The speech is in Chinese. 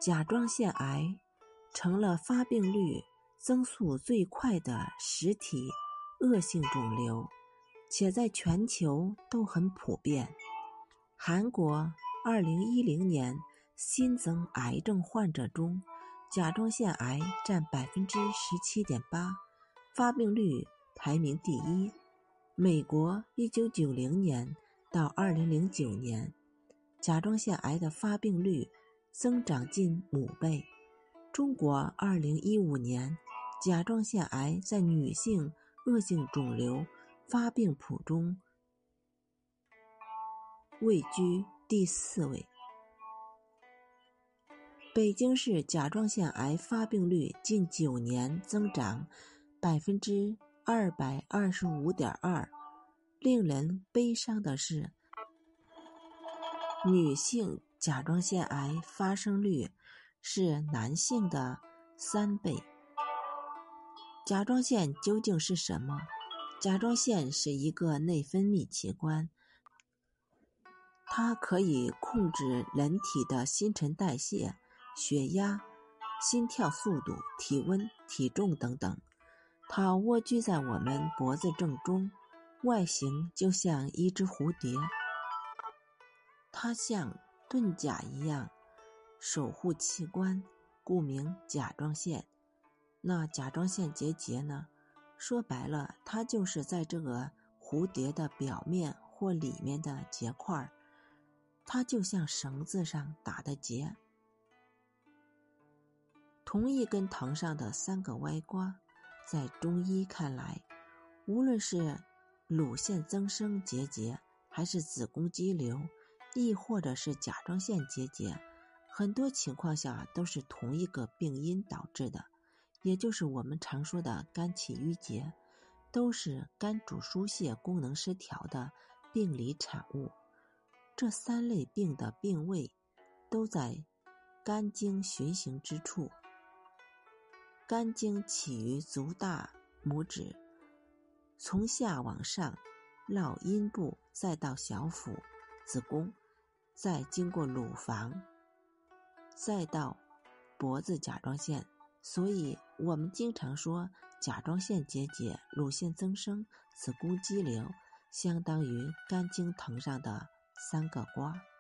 甲状腺癌成了发病率增速最快的实体恶性肿瘤，且在全球都很普遍。韩国2010年新增癌症患者中，甲状腺癌占 17.8%， 发病率排名第一。美国1990年到2009年，甲状腺癌的发病率增长近5倍。中国2015年，甲状腺癌在女性恶性肿瘤发病谱中位居第4位。北京市甲状腺癌发病率近9年增长 225.2%。 令人悲伤的是，女性甲状腺癌发生率是男性的3倍。甲状腺究竟是什么？甲状腺是一个内分泌器官，它可以控制人体的新陈代谢、血压、心跳速度、体温、体重等等。它蜗居在我们脖子正中，外形就像一只蝴蝶。它像盾甲一样守护器官，故名甲状腺。那甲状腺结节呢？说白了，它就是在这个蝴蝶的表面或里面的结块，它就像绳子上打的结。同一根藤上的3个歪瓜，在中医看来，无论是乳腺增生结节，还是子宫肌瘤，亦或者是甲状腺结节，很多情况下都是同一个病因导致的，也就是我们常说的肝气郁结，都是肝主疏泄功能失调的病理产物。这3类病的病位都在肝经循行之处。肝经起于足大拇指，从下往上绕阴部，再到小腹、子宫，再经过乳房，再到脖子甲状腺。所以我们经常说甲状腺结节、乳腺增生、子宫肌瘤，相当于肝经藤上的3个瓜。